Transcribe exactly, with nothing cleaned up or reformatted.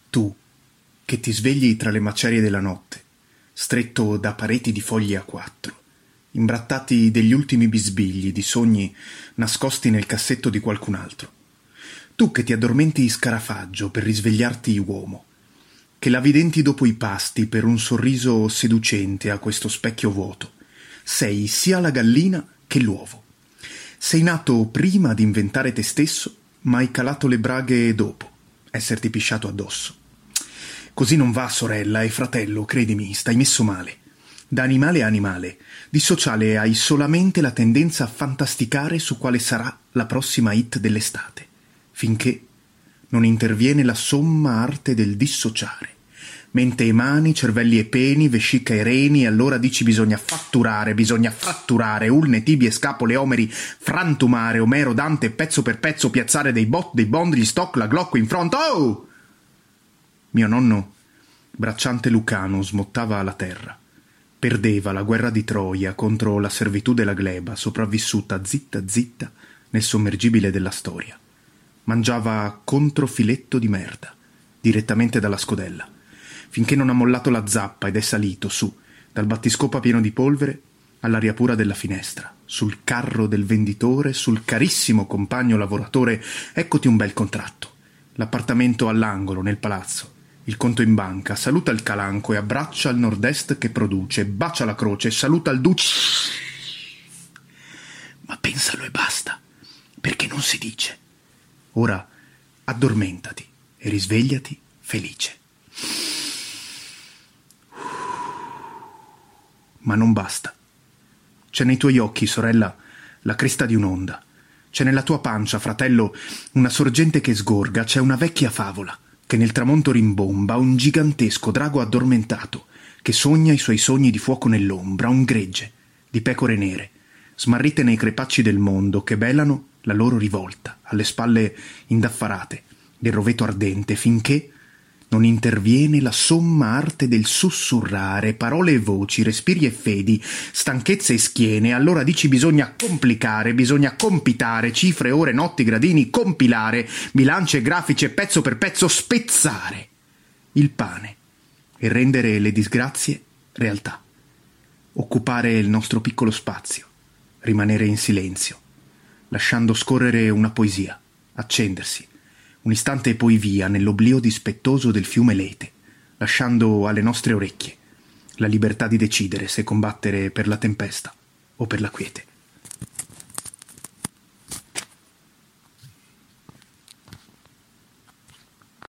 Tu, che ti svegli tra le macerie della notte, stretto da pareti di fogli a quattro, imbrattati degli ultimi bisbigli di sogni nascosti nel cassetto di qualcun altro. Tu che ti addormenti scarafaggio per risvegliarti uomo, che l'avvidenti dopo i pasti per un sorriso seducente a questo specchio vuoto. Sei sia la gallina che l'uovo. Sei nato prima di inventare te stesso, ma hai calato le braghe dopo, esserti pisciato addosso. Così non va, sorella e fratello, credimi, stai messo male. Da animale a animale, di sociale hai solamente la tendenza a fantasticare su quale sarà la prossima hit dell'estate, finché non interviene la somma arte del dissociare. Mente e mani, cervelli e peni, vescica e reni, allora dici bisogna fatturare, bisogna fratturare, ulne, tibie, scapole, omeri, frantumare, Omero, Dante, pezzo per pezzo, piazzare dei bot, dei bond, gli stock, la glocco in fronte. Oh! Mio nonno, bracciante lucano, smottava la terra. Perdeva la guerra di Troia contro la servitù della gleba, sopravvissuta zitta zitta nel sommergibile della storia. Mangiava controfiletto di merda, direttamente dalla scodella, finché non ha mollato la zappa ed è salito su, dal battiscopa pieno di polvere, all'aria pura della finestra, sul carro del venditore, sul carissimo compagno lavoratore. Eccoti un bel contratto, l'appartamento all'angolo nel palazzo, il conto in banca, saluta il calanco e abbraccia il nord-est che produce, bacia la croce, saluta il duce. Ma pensalo e basta, perché non si dice. Ora addormentati e risvegliati felice. Ma non basta. C'è nei tuoi occhi, sorella, la cresta di un'onda. C'è nella tua pancia, fratello, una sorgente che sgorga. C'è una vecchia favola che nel tramonto rimbomba, un gigantesco drago addormentato che sogna i suoi sogni di fuoco nell'ombra, un gregge di pecore nere, smarrite nei crepacci del mondo, che belano la loro rivolta, alle spalle indaffarate del roveto ardente, finché non interviene la somma arte del sussurrare, parole e voci, respiri e fedi, stanchezze e schiene. Allora dici bisogna complicare, bisogna compitare, cifre, ore, notti, gradini, compilare, bilance e grafici e pezzo per pezzo spezzare il pane e rendere le disgrazie realtà. Occupare il nostro piccolo spazio, rimanere in silenzio, lasciando scorrere una poesia, accendersi, un istante e poi via nell'oblio dispettoso del fiume Lete, lasciando alle nostre orecchie la libertà di decidere se combattere per la tempesta o per la quiete.